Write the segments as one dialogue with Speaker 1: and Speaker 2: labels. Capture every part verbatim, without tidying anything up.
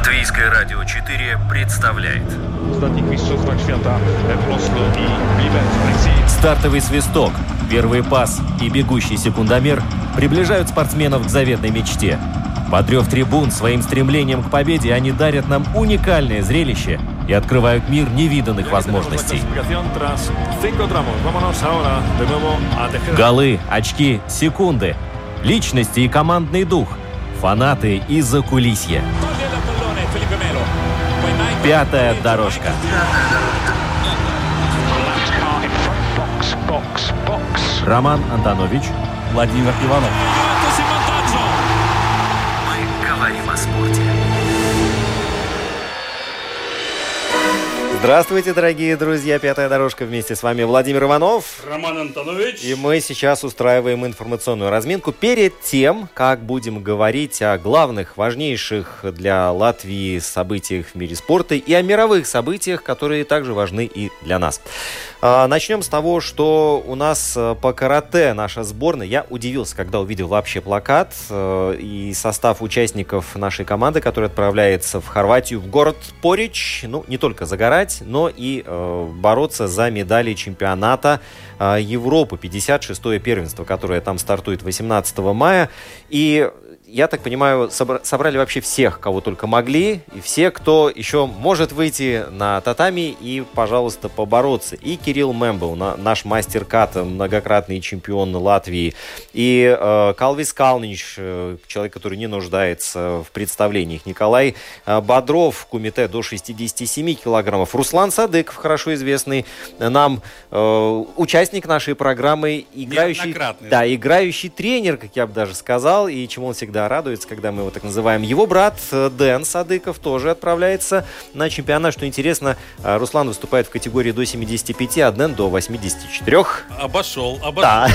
Speaker 1: Латвийское радио четыре представляет. Стартовый свисток, первый пас и бегущий секундомер приближают спортсменов к заветной мечте. Подрев трибун своим стремлением к победе, они дарят нам уникальное зрелище и открывают мир невиданных возможностей. Голы, очки, секунды, личности и командный дух, фанаты и закулисье. Пятая дорожка. Роман Антонович,
Speaker 2: Владимир Иванов.
Speaker 1: Мы говорим о спорте.
Speaker 3: Здравствуйте, дорогие друзья. Пятая дорожка, вместе с вами Владимир Иванов.
Speaker 2: Роман Антонович.
Speaker 3: И мы сейчас устраиваем информационную разминку перед тем, как будем говорить о главных, важнейших для Латвии событиях в мире спорта и о мировых событиях, которые также важны и для нас. Начнем с того, что у нас по карате наша сборная. Я удивился, когда увидел вообще плакат и состав участников нашей команды, которая отправляется в Хорватию, в город Порич. Ну, не только загорать, но и э, бороться за медали чемпионата э, Европы. пятьдесят шестое первенство, которое там стартует восемнадцатого мая. И я так понимаю, собра- собрали вообще всех, кого только могли, и все, кто еще может выйти на татами и, пожалуйста, побороться. И Кирилл Мембл, на- наш мастер ката, многократный чемпион Латвии, и э, Калвис Калнич, э, человек, который не нуждается в представлениях, Николай э, Бодров, кумите до шестидесяти семи килограммов, Руслан Садыков, хорошо известный нам э, участник нашей программы, играющий, да, играющий тренер, как я бы даже сказал, и чему он всегда радуется, когда мы его так называем. Его брат Дэн Садыков тоже отправляется на чемпионат. Что интересно, Руслан выступает в категории до семидесяти пяти, а Дэн до восьмидесяти четырёх.
Speaker 2: Обошел, обошел.
Speaker 3: Да.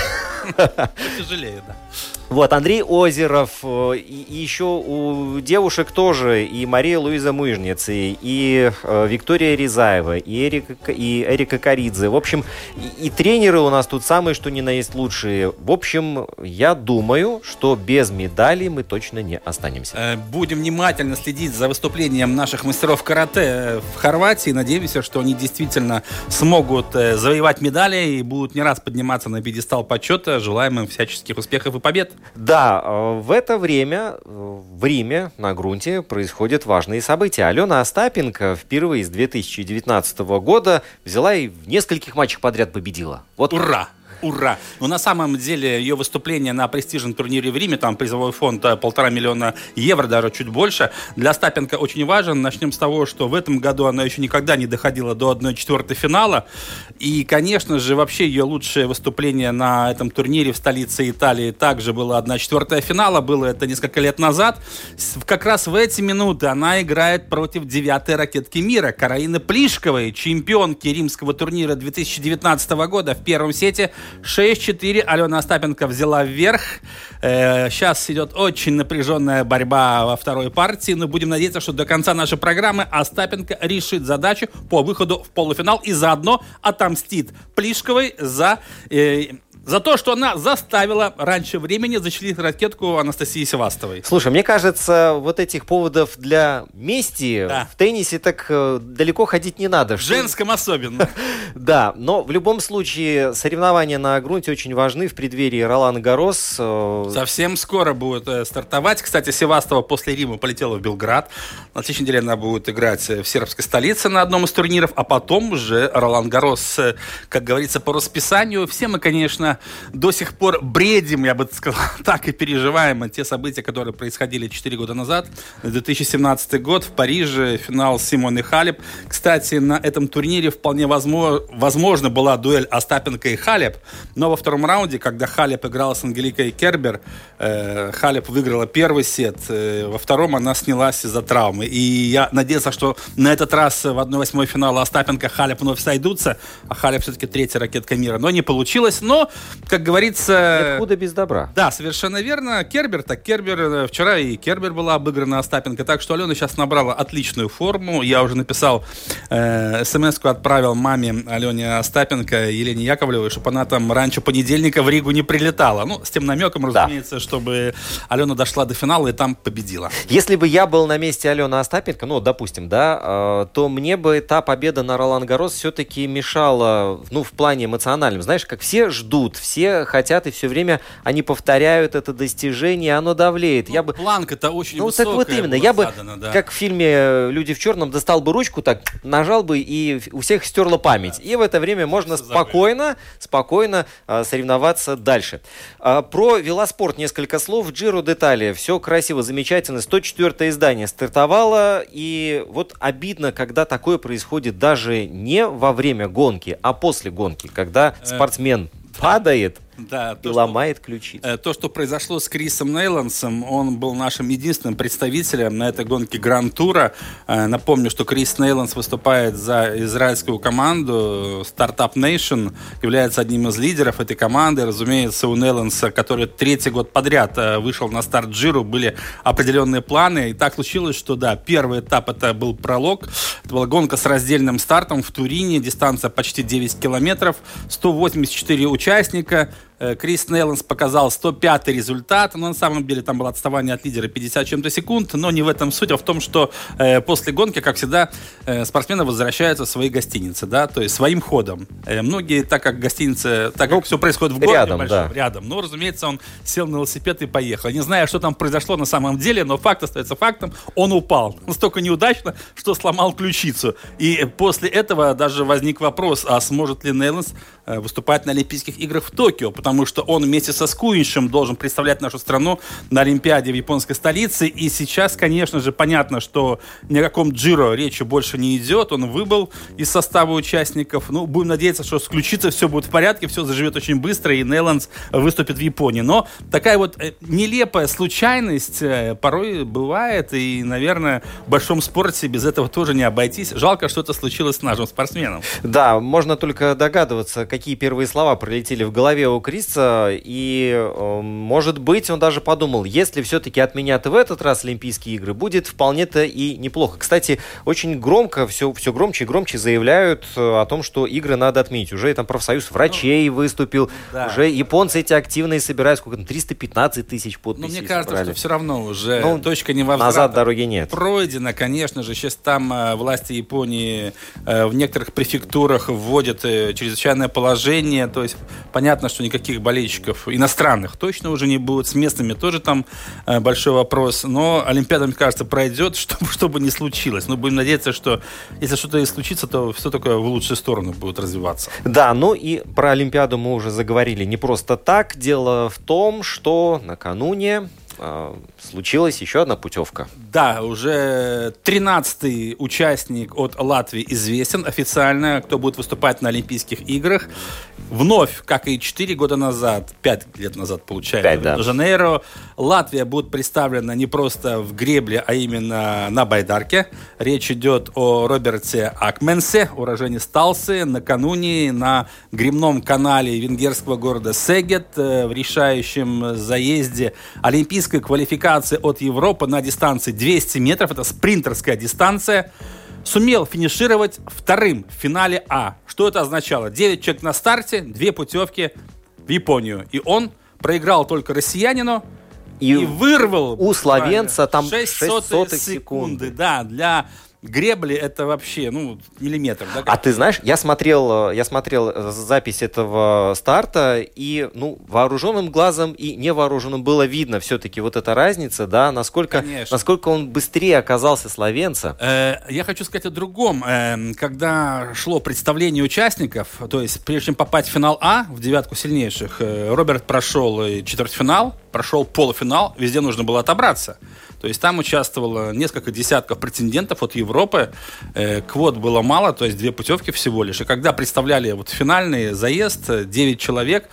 Speaker 2: Тяжелее, да.
Speaker 3: Вот, Андрей Озеров, и, и еще у девушек тоже, и Мария Луиза Мыжниц, и, и э, Виктория Рязаева, и Эрика, и Эрика Коридзе. В общем, и, и тренеры у нас тут самые, что ни на есть лучшие. В общем, я думаю, что без медалей мы точно не останемся.
Speaker 2: Будем внимательно следить за выступлением наших мастеров карате в Хорватии. Надеемся, что они действительно смогут завоевать медали и будут не раз подниматься на пьедестал почета. Желаем им всяческих успехов и побед.
Speaker 3: Да, в это время в Риме на грунте происходят важные события. Алена Остапенко впервые с две тысячи девятнадцатого года взяла и в нескольких матчах подряд победила. Вот.
Speaker 2: Ура! Ура! Но на самом деле ее выступление на престижном турнире в Риме, там призовой фонд полтора миллиона евро, даже чуть больше, для Остапенко очень важен. Начнем с того, что в этом году она еще никогда не доходила до одной четвертой финала. И, конечно же, вообще ее лучшее выступление на этом турнире в столице Италии также было одна четвертая финала. Было это несколько лет назад. Как раз в эти минуты она играет против девятой ракетки мира Каролины Плишковой, чемпионки римского турнира две тысячи девятнадцатого года. В первом сете шесть четыре Алена Остапенко взяла вверх. Э, сейчас идет очень напряженная борьба во второй партии, но будем надеяться, что до конца нашей программы Остапенко решит задачу по выходу в полуфинал и заодно отомстит Плишковой за... Э, За то, что она заставила раньше времени зачислить ракетку Анастасии Севастовой.
Speaker 3: Слушай, мне кажется, вот этих поводов для мести да. в теннисе так э, далеко ходить не надо.
Speaker 2: В женском особенно.
Speaker 3: Да, но в любом случае соревнования на грунте очень важны в преддверии Ролан Гаррос.
Speaker 2: Совсем скоро будет стартовать. Кстати, Севастова после Рима полетела в Белград. На следующей неделе она будет играть в сербской столице на одном из турниров, а потом уже Ролан Гаррос, как говорится, по расписанию. Все мы, конечно, до сих пор бредим, я бы сказал, так и переживаем те события, которые происходили четыре года назад. две тысячи семнадцатый год в Париже, финал Симоны Халеп. Кстати, на этом турнире вполне возможно, возможно была дуэль Остапенко и Халеп, но во втором раунде, когда Халеп играла с Ангеликой Кербер, э, Халеп выиграла первый сет, э, во втором она снялась из-за травмы. И я надеялся, что на этот раз в одной восьмой финала Остапенко и Халеп вновь сойдутся, а Халеп все-таки третья ракетка мира. Но не получилось, но как говорится...
Speaker 3: Нет худа без добра.
Speaker 2: Да, совершенно верно. Кербер, так Кербер, вчера и Кербер была обыграна Остапенко, так что Алена сейчас набрала отличную форму. Я уже написал, э, смс-ку отправил маме Алене Остапенко, Елене Яковлевой, чтобы она там раньше понедельника в Ригу не прилетала. Ну, с тем намеком, разумеется, да. чтобы Алена дошла до финала и там победила.
Speaker 3: Если бы я был на месте Алены Остапенко, ну, допустим, да, то мне бы та победа на Ролан-Гаррос все-таки мешала, ну, в плане эмоциональном. Знаешь, как все ждут, все хотят, и все время они повторяют это достижение, оно давлеет.
Speaker 2: Ну,
Speaker 3: я бы...
Speaker 2: Планка-то очень
Speaker 3: ну,
Speaker 2: высокая.
Speaker 3: Ну, так вот именно. Я
Speaker 2: задана,
Speaker 3: бы,
Speaker 2: да.
Speaker 3: как в фильме «Люди в черном», достал бы ручку, так, нажал бы, и у всех стерла память. Да. И в это время можно спокойно, спокойно а, соревноваться дальше. А, про велоспорт несколько слов. Джиро д'Италия. Все красиво, замечательно. сто четвёртое издание стартовало. И вот обидно, когда такое происходит даже не во время гонки, а после гонки, когда спортсмен падает, да, и то, ломает что, ключицу.
Speaker 2: То, что произошло с Крисом Нейлансом, он был нашим единственным представителем на этой гонке Гран-тура. Напомню, что Крис Нейланс выступает за израильскую команду Startup Nation, является одним из лидеров этой команды. Разумеется, у Нейланса, который третий год подряд вышел на старт Джиру, были определенные планы. И так случилось, что да, первый этап это был пролог. Это была гонка с раздельным стартом в Турине. Дистанция почти девять километров, сто восемьдесят четыре участника. Крис Нейланс показал сто пятый результат, но на самом деле там было отставание от лидера пятьдесят чем-то секунд, но не в этом суть, а в том, что э, после гонки, как всегда, э, спортсмены возвращаются в свои гостиницы, да, то есть своим ходом. Э, многие, так как гостиницы, так как ну, все происходит в городе,
Speaker 3: рядом,
Speaker 2: большом,
Speaker 3: да.
Speaker 2: рядом, но, разумеется, он сел на велосипед и поехал. Не знаю, что там произошло на самом деле, но факт остается фактом, он упал. Настолько неудачно, что сломал ключицу. И после этого даже возник вопрос, а сможет ли Нейланс э, выступать на Олимпийских играх в Токио, потому потому что он вместе со Скуиншем должен представлять нашу страну на Олимпиаде в японской столице. И сейчас, конечно же, понятно, что ни о каком Джиро речи больше не идет. Он выбыл из состава участников. Ну, будем надеяться, что с ключицей все будет в порядке, все заживет очень быстро, и Нейланс выступит в Японии. Но такая вот нелепая случайность порой бывает, и, наверное, в большом спорте без этого тоже не обойтись. Жалко, что это случилось с нашим спортсменом.
Speaker 3: Да, можно только догадываться, какие первые слова пролетели в голове у Криса, и, э, может быть, он даже подумал, если все-таки отменят в этот раз Олимпийские игры, будет вполне-то и неплохо. Кстати, очень громко, все, все громче и громче заявляют о том, что игры надо отменить. Уже там профсоюз врачей ну, выступил, да. Уже японцы эти активные собирают, сколько там, триста пятнадцать тысяч подписей.
Speaker 2: Но мне кажется,
Speaker 3: собрали.
Speaker 2: Что все равно уже
Speaker 3: ну,
Speaker 2: точка невозврата.
Speaker 3: Назад дороги нет.
Speaker 2: Пройдено, конечно же. Сейчас там э, власти Японии э, в некоторых префектурах вводят э, чрезвычайное положение. То есть понятно, что никаких болельщиков иностранных точно уже не будет. С местными тоже там э, большой вопрос. Но Олимпиада, мне кажется, пройдет, чтобы, чтобы не случилось. Но будем надеяться, что если что-то и случится, то все такое в лучшую сторону будет развиваться.
Speaker 3: Да, ну и про Олимпиаду мы уже заговорили не просто так. Дело в том, что накануне э, случилась еще одна путевка.
Speaker 2: Да, уже тринадцатый участник от Латвии известен официально, кто будет выступать на Олимпийских играх. Вновь, как и четыре года назад, пять лет назад, получается, в Рио-де-Жанейро, Латвия будет представлена не просто в гребле, а именно на байдарке. Речь идет о Роберте Акменсе, уроженец Талсы. Накануне на гребном канале венгерского города Сегет в решающем заезде олимпийской квалификации от Европы на дистанции двести метров, это спринтерская дистанция, сумел финишировать вторым в финале А. Что это означало? девять человек на старте, две путевки в Японию. И он проиграл только россиянину и, и вырвал
Speaker 3: у словенца там
Speaker 2: шесть сотых секунды. Да, для гребли это вообще, ну, миллиметр. Да,
Speaker 3: а ты знаешь, я смотрел, я смотрел запись этого старта, и, ну, вооруженным глазом и невооруженным было видно все-таки вот эта разница, да, насколько, насколько он быстрее оказался словенца.
Speaker 2: Э, я хочу сказать о другом. Э, когда шло представление участников, то есть прежде чем попасть в финал А, в девятку сильнейших, э, Роберт прошел четвертьфинал, прошел полуфинал, везде нужно было отобраться. То есть там участвовало несколько десятков претендентов от Европы. Э, квот было мало, то есть две путевки всего лишь. И когда представляли вот финальный заезд, девять человек,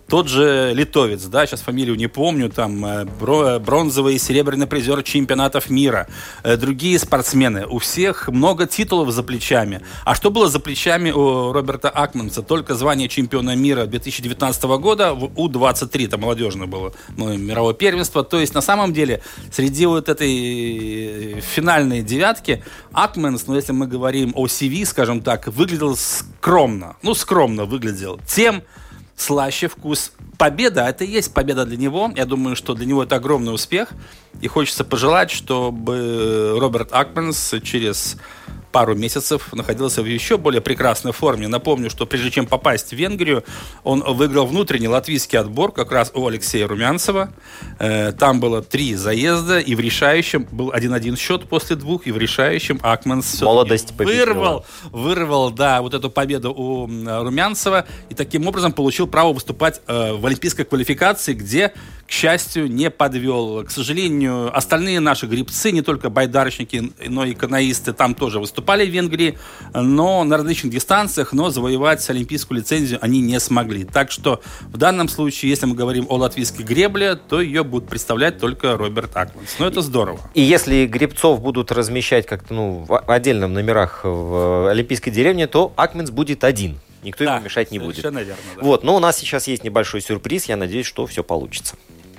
Speaker 2: Тот же литовец, да, сейчас фамилию не помню, там бронзовый и серебряный призер чемпионатов мира, другие спортсмены. У всех много титулов за плечами. А что было за плечами у Роберта Акманса? Только звание чемпиона мира две тысячи девятнадцатого года в У двадцать три, это молодежное было ну, мировое первенство. То есть, на самом деле, среди вот этой финальной девятки Акманс, ну, если мы говорим о си ви, скажем так, выглядел скромно. Ну, скромно выглядел. Тем слаще вкус. Победа, это и есть победа для него. Я думаю, что для него это огромный успех. И хочется пожелать, чтобы Роберт Акманс через пару месяцев находился в еще более прекрасной форме. Напомню, что прежде чем попасть в Венгрию, он выиграл внутренний латвийский отбор как раз у Алексея Румянцева. Там было три заезда, и в решающем был один-один счет после двух, и в решающем Акманс
Speaker 3: молодость
Speaker 2: вырвал, вырвал, да, вот эту победу у Румянцева, и таким образом получил право выступать в олимпийской квалификации, где, к счастью, не подвел. К сожалению, остальные наши гребцы, не только байдарочники, но и каноисты, там тоже выступали в Венгрии, но на различных дистанциях, но завоевать олимпийскую лицензию они не смогли. Так что в данном случае, если мы говорим о латвийской гребле, то ее будет представлять только Роберт Акманс. Но это здорово.
Speaker 3: И если гребцов будут размещать как-то ну, в отдельных номерах в олимпийской деревне, то Акманс будет один. Никто да, ему мешать не будет.
Speaker 2: Совершенно верно, да.
Speaker 3: Вот, но у нас сейчас есть небольшой сюрприз. Я надеюсь, что все получится.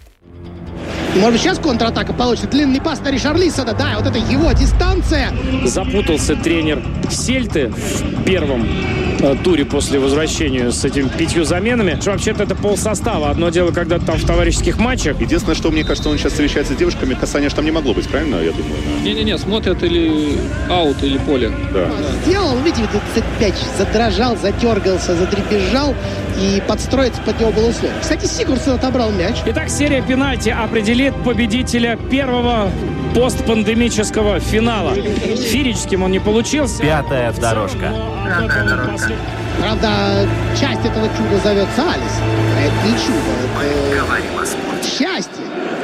Speaker 4: Может быть, сейчас контратака получится. Длинный пас на Ришарлисона. Да, вот это его дистанция.
Speaker 5: Запутался тренер Сельты в первом э, туре после возвращения с этими пятью заменами. Вообще-то это полсостава. Одно дело, когда ты там в товарищеских матчах.
Speaker 6: Единственное, что мне кажется, он сейчас встречается с девушками, касания же там не могло быть, правильно, я думаю?
Speaker 7: Не-не-не, смотрят или аут, или поле.
Speaker 6: Да.
Speaker 4: Сделал, видите, мяч задрожал, затергался, задребезжал, и подстроиться под него было условие. Кстати, Сигурдсон отобрал мяч.
Speaker 5: Итак, серия пенальти определит победителя первого постпандемического финала. Феерическим он не получился.
Speaker 1: Пятая дорожка.
Speaker 4: Пятая дорожка. Правда, часть этого чуда зовется Алис. А это не чудо, это говорим о спорте. Счастье.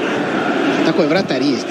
Speaker 4: Такой вратарь есть.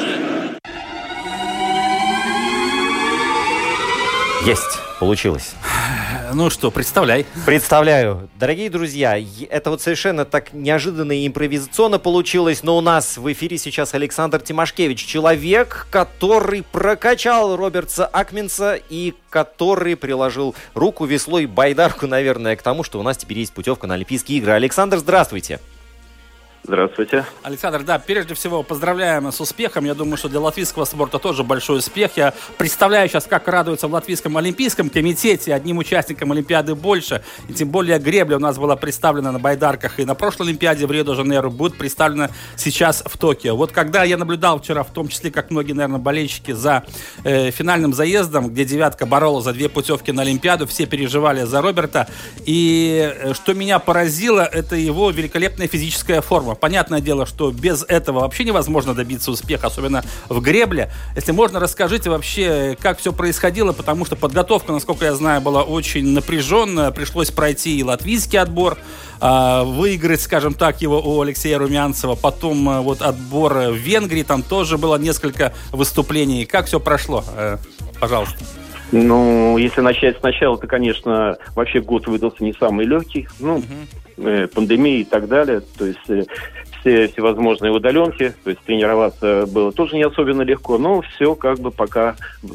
Speaker 3: Есть. Получилось.
Speaker 2: Ну что, представляй.
Speaker 3: Представляю. Дорогие друзья, это вот совершенно так неожиданно и импровизационно получилось, но у нас в эфире сейчас Александр Тимошкевич, человек, который прокачал Роберта Акманса и который приложил руку, весло и байдарку, наверное, к тому, что у нас теперь есть путевка на Олимпийские игры. Александр, здравствуйте.
Speaker 6: Здравствуйте.
Speaker 2: Александр, да, прежде всего поздравляем с успехом. Я думаю, что для латвийского спорта тоже большой успех. Я представляю сейчас, как радуются в Латвийском олимпийском комитете. Одним участником Олимпиады больше. И тем более гребля у нас была представлена на байдарках и на прошлой Олимпиаде в Рио-де-Жанейро, будет представлена сейчас в Токио. Вот когда я наблюдал вчера, в том числе, как многие, наверное, болельщики, за э, финальным заездом, где девятка боролась за две путевки на Олимпиаду, все переживали за Роберта. И э, что меня поразило, это его великолепная физическая форма. Понятное дело, что без этого вообще невозможно добиться успеха, особенно в гребле. Если можно, расскажите вообще, как все происходило, потому что подготовка, насколько я знаю, была очень напряженная. Пришлось пройти и латвийский отбор, выиграть, скажем так, его у Алексея Румянцева. Потом вот отбор в Венгрии, там тоже было несколько выступлений. Как все прошло? Пожалуйста.
Speaker 8: Ну, если начать сначала, то, конечно, вообще год выдался не самый легкий. Ну, угу. э, пандемия и так далее. То есть э, все всевозможные удаленки. То есть тренироваться было тоже не особенно легко. Но все как бы пока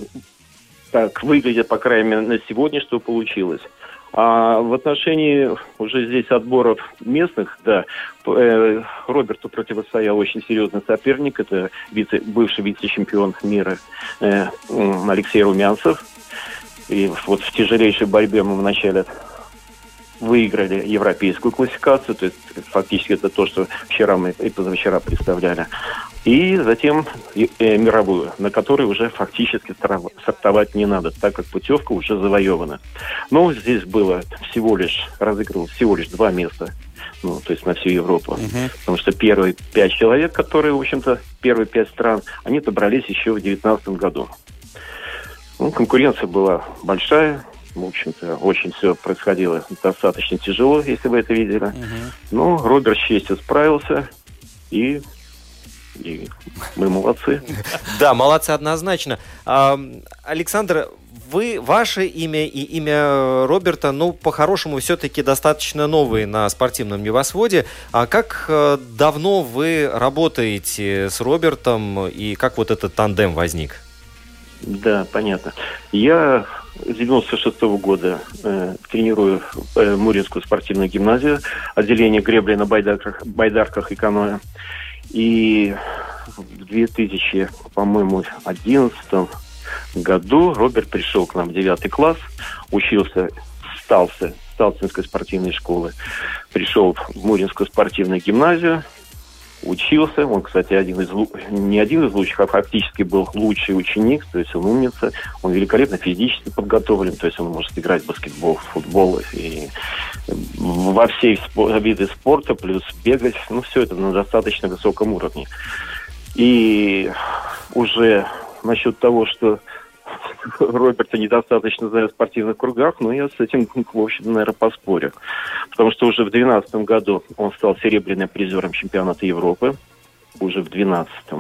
Speaker 8: так выглядит, по крайней мере, на сегодня, что получилось. А в отношении уже здесь отборов местных, да, э, Роберту противостоял очень серьезный соперник. Это вице, бывший вице-чемпион мира э, Алексей Румянцев. И вот в тяжелейшей борьбе мы вначале выиграли европейскую классификацию, то есть фактически это то, что вчера мы и позавчера представляли. И затем э, мировую, на которой уже фактически стартовать не надо, так как путевка уже завоевана. Но здесь было всего лишь, разыгрывалось всего лишь два места, ну, то есть на всю Европу. Uh-huh. Потому что первые пять человек, которые, в общем-то, первые пять стран, они добрались еще в две тысячи девятнадцатом году. Ну, конкуренция была большая. В общем-то, очень все происходило достаточно тяжело, если вы это видели. Uh-huh. Но Роберт с честью справился, и, и мы молодцы.
Speaker 3: Да, молодцы однозначно. Александр, вы, ваше имя и имя Роберта, ну, по-хорошему, все-таки достаточно новые на спортивном небосводе. А как давно вы работаете с Робертом и как вот этот тандем возник?
Speaker 8: Да, понятно. Я с девяносто шестого года э, тренирую э, Муринскую спортивную гимназию, отделение гребли на байдарках, байдарках и каноэ. И в две тысячи, по-моему, одиннадцатом году Роберт пришел к нам в девятый класс, учился в Сталсе, Сталсинской спортивной школы, пришел в Муринскую спортивную гимназию, учился. Он, кстати, один из, не один из лучших, а фактически был лучший ученик, то есть он умница, он великолепно физически подготовлен, то есть он может играть в баскетбол, в футбол и во все виды спорта, плюс бегать, ну, все это на достаточно высоком уровне. И уже насчет того, что Роберта недостаточно знаю в спортивных кругах, но я с этим, в общем, наверное, поспорю. Потому что уже в две тысячи двенадцатом году он стал серебряным призером чемпионата Европы. Уже в две тысячи двенадцатом.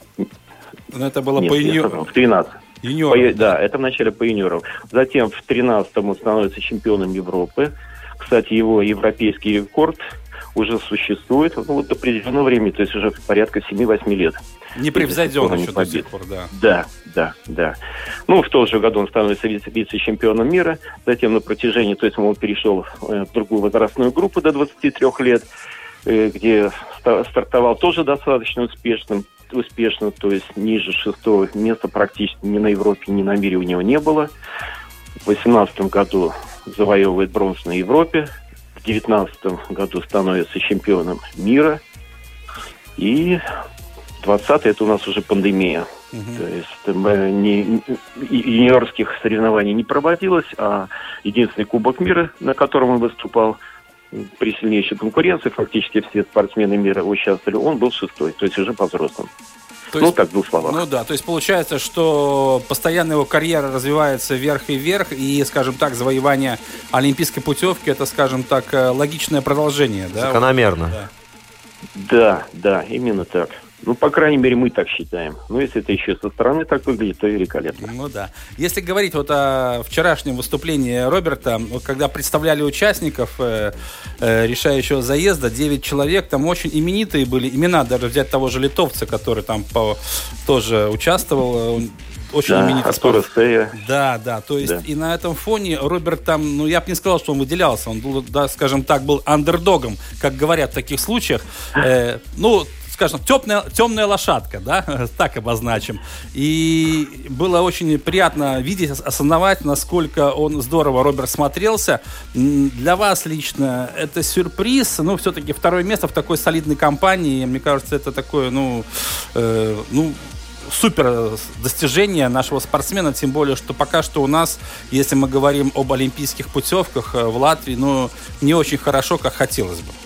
Speaker 2: Но это было
Speaker 8: Нет,
Speaker 2: по юниорам.
Speaker 8: В две тысячи тринадцатом.
Speaker 2: Юниорам.
Speaker 8: По, да, это в начале по юниорам. Затем в две тысячи тринадцатом он становится чемпионом Европы. Кстати, его европейский рекорд уже существует, ну, вот до определенного времени, то есть уже порядка семь-восемь лет.
Speaker 2: Не превзойден еще до сих пор, да.
Speaker 8: Да, да, да. Ну, в тот же году он становится вице-чемпионом мира. Затем на протяжении, то есть он перешел в другую возрастную группу до двадцати трёх лет, где стартовал тоже достаточно успешным, успешно, то есть ниже шестого места практически ни на Европе, ни на мире у него не было. В две тысячи восемнадцатом году завоевывает бронзу на Европе. В две тысячи девятнадцатом году становится чемпионом мира. И двадцатый это у нас уже пандемия. Uh-huh. То есть не, юниорских соревнований не проводилось, а единственный Кубок мира, на котором он выступал при сильнейшей конкуренции, фактически все спортсмены мира участвовали, он был шестой, то есть уже по взрослым.
Speaker 2: То
Speaker 8: ну,
Speaker 2: есть,
Speaker 8: так, в двух словах.
Speaker 2: Ну да, то есть получается, что постоянно его карьера развивается вверх и вверх, и, скажем так, завоевание олимпийской путевки, это, скажем так, логичное продолжение, да?
Speaker 3: Закономерно.
Speaker 2: Да.
Speaker 8: Да, да, именно так. Ну, по крайней мере, мы так считаем. Ну, если это еще со стороны так выглядит, то великолепно.
Speaker 2: Ну да. Если говорить вот о вчерашнем выступлении Роберта, когда представляли участников э, э, решающего заезда, девять человек, там очень именитые были имена, даже взять того же литовца, который там по, тоже участвовал, очень
Speaker 8: да,
Speaker 2: именитый
Speaker 8: спорт.
Speaker 2: Да, да, то есть да. И на этом фоне Роберт там, ну, я бы не сказал, что он выделялся, он был, да, скажем так, был андердогом, как говорят в таких случаях. Э, ну, скажем, темная, темная лошадка, да, так обозначим. И было очень приятно видеть, осознавать, насколько он здорово, Роберт, смотрелся. Для вас лично это сюрприз, ну, все-таки второе место в такой солидной компании, мне кажется, это такое, ну, э, ну, супер достижение нашего спортсмена, тем более, что пока что у нас, если мы говорим об олимпийских путевках в Латвии, ну, не очень хорошо, как хотелось бы.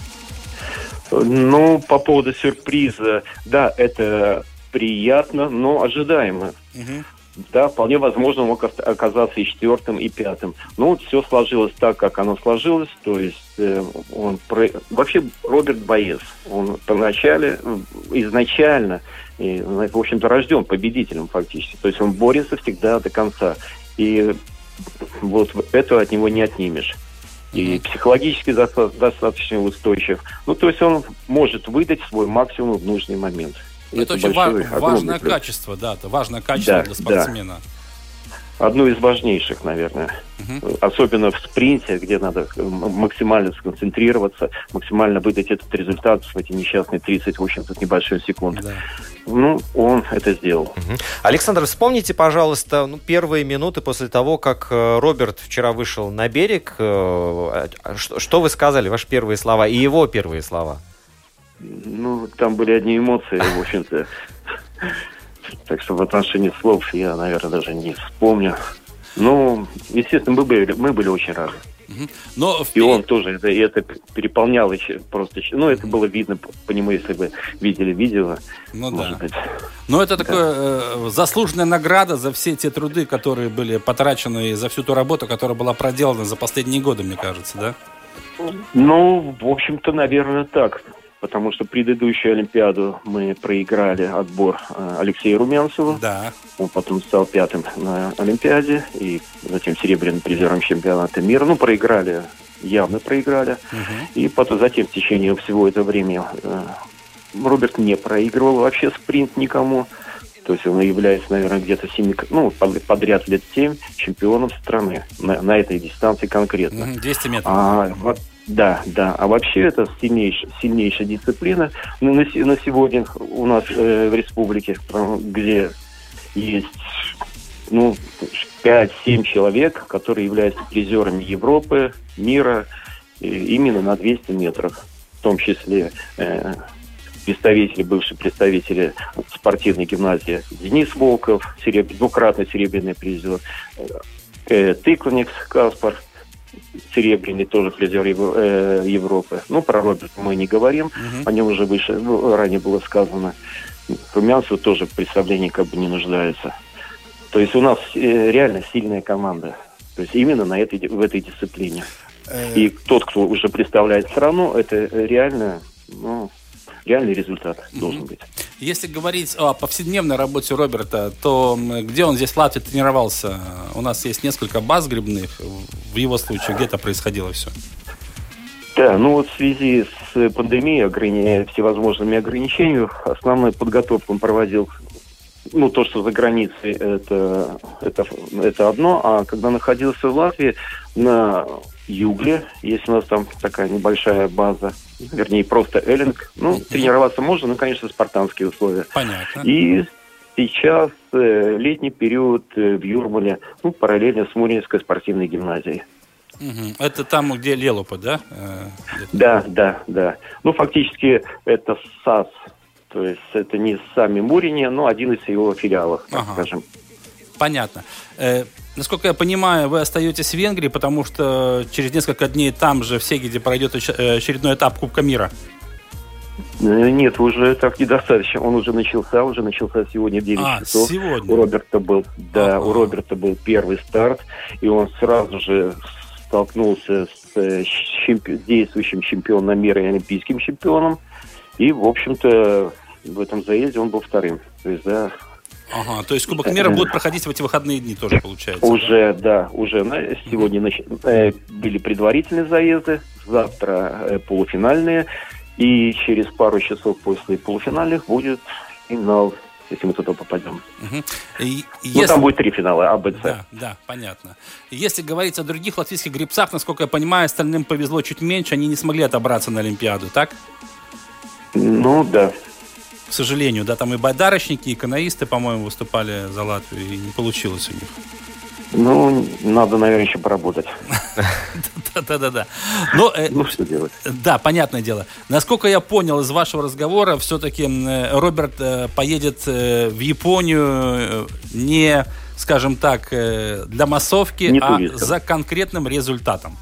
Speaker 8: Ну, по поводу сюрприза, да, это приятно, но ожидаемо. Угу. Да, вполне возможно, мог оказаться и четвертым, и пятым. Но вот все сложилось так, как оно сложилось. То есть э, он про... вообще Роберт боец. Он поначале, изначально, и, в общем-то, рожден победителем фактически. То есть он борется всегда до конца. И вот этого от него не отнимешь. И психологически достаточно устойчив. Ну, то есть он может выдать свой максимум в нужный момент.
Speaker 2: Это, это очень большой, ва- важное плюс. качество, да, это важное качество да, для спортсмена.
Speaker 8: Да. Одно из важнейших, наверное. Угу. Особенно в спринте, где надо максимально сконцентрироваться, максимально выдать этот результат в эти несчастные тридцать, в общем-то, небольших секунд. Да. Ну, он это сделал.
Speaker 3: Угу. Александр, вспомните, пожалуйста, ну, первые минуты после того, как Роберт вчера вышел на берег. Что, что вы сказали, ваши первые слова и его первые слова?
Speaker 8: Ну, там были одни эмоции, в общем-то. Так что в отношении слов я, наверное, даже не вспомню. Ну, естественно, мы были, мы были очень рады. Но и он тоже это, это переполнял еще просто. Ну, это было видно по нему, если бы видели видео.
Speaker 2: Ну да. Быть. Но это да. такая э, заслуженная награда за все те труды, которые были потрачены, и за всю ту работу, которая была проделана за последние годы, мне кажется, да?
Speaker 8: Ну, в общем-то, наверное, так. Потому что предыдущую Олимпиаду мы проиграли отбор Алексею Румянцеву.
Speaker 2: Да.
Speaker 8: Он потом стал пятым на Олимпиаде и затем серебряным призером чемпионата мира. Ну, проиграли, явно проиграли. Uh-huh. И потом затем в течение всего этого времени э, Роберт не проигрывал вообще спринт никому. То есть он является, наверное, где-то семи, ну, подряд лет семь чемпионом страны на, на этой дистанции конкретно.
Speaker 2: Uh-huh. двести метров.
Speaker 8: А, вот, да, да. А вообще это сильнейшая, сильнейшая дисциплина. Ну, на, на сегодня у нас э, в республике, где есть, ну, пять-семь человек, которые являются призерами Европы, мира, именно на двести метров. В том числе э, представители, бывшие представители спортивной гимназии Денис Волков, сереб... двукратный серебряный призер, э, Тыквенникс Каспар, серебряный тоже призер э, Европы. Ну, про Роберта мы не говорим, uh-huh. о нем уже выше, ну, ранее было сказано. Румянцев тоже в представлении как бы не нуждается. То есть у нас э, реально сильная команда. То есть именно на этой, в этой дисциплине. И тот, кто уже представляет страну, это реально, ну, реальный результат mm-hmm. должен быть.
Speaker 2: Если говорить о повседневной работе Роберта, то где он здесь в Латвии тренировался? У нас есть несколько баз гребных. В его случае где-то происходило все?
Speaker 8: Да, ну вот в связи с пандемией, ограни... всевозможными ограничениями, основную подготовку он проводил, ну, то, что за границей, это, это, это одно, а когда находился в Латвии, на Югле, есть у нас там такая небольшая база, вернее, просто эллинг, ну, тренироваться можно, но, конечно, спартанские условия.
Speaker 2: Понятно.
Speaker 8: И сейчас э, летний период э, в Юрмале, ну, параллельно с Муринской спортивной гимназией.
Speaker 2: Угу. Это там, где Лелупа, да?
Speaker 8: Да, да, да. Ну, фактически это САС. То есть это не сами Мурине, но один из его филиалов, так ага. скажем.
Speaker 2: Понятно. Э, насколько я понимаю, вы остаетесь в Венгрии, потому что через несколько дней там же в Сегеде пройдет очередной этап Кубка мира.
Speaker 8: Нет, уже так недостаточно. Он уже начался, уже начался сегодня в девять
Speaker 2: а,
Speaker 8: часов.
Speaker 2: Сегодня?
Speaker 8: У Роберта был, да,
Speaker 2: ага.
Speaker 8: у Роберта был первый старт, и он сразу же столкнулся с чемпи- действующим чемпионом мира и олимпийским чемпионом. И, в общем-то, в этом заезде он был вторым. То есть, да.
Speaker 2: Ага, то есть Кубок мира будет проходить в эти выходные дни тоже, получается?
Speaker 8: Уже, да, да уже. Сегодня mm-hmm. нач... были предварительные заезды, завтра полуфинальные. И через пару часов после полуфинальных будет финал, если мы туда попадем. Угу. И, ну, если... там будет три финала, А, Б, С.
Speaker 2: Да, да, понятно. Если говорить о других латвийских гребцах, насколько я понимаю, остальным повезло чуть меньше, они не смогли отобраться на Олимпиаду, так?
Speaker 8: Ну, да.
Speaker 2: К сожалению, да, там и байдарочники, и каноисты, по-моему, выступали за Латвию, и не получилось у них.
Speaker 8: Ну, надо, наверное, еще поработать.
Speaker 2: Да-да-да.
Speaker 8: Ну, что делать?
Speaker 2: Да, понятное дело. Насколько я понял из вашего разговора, все-таки Роберт поедет в Японию не, скажем так, для массовки, а за конкретным результатом.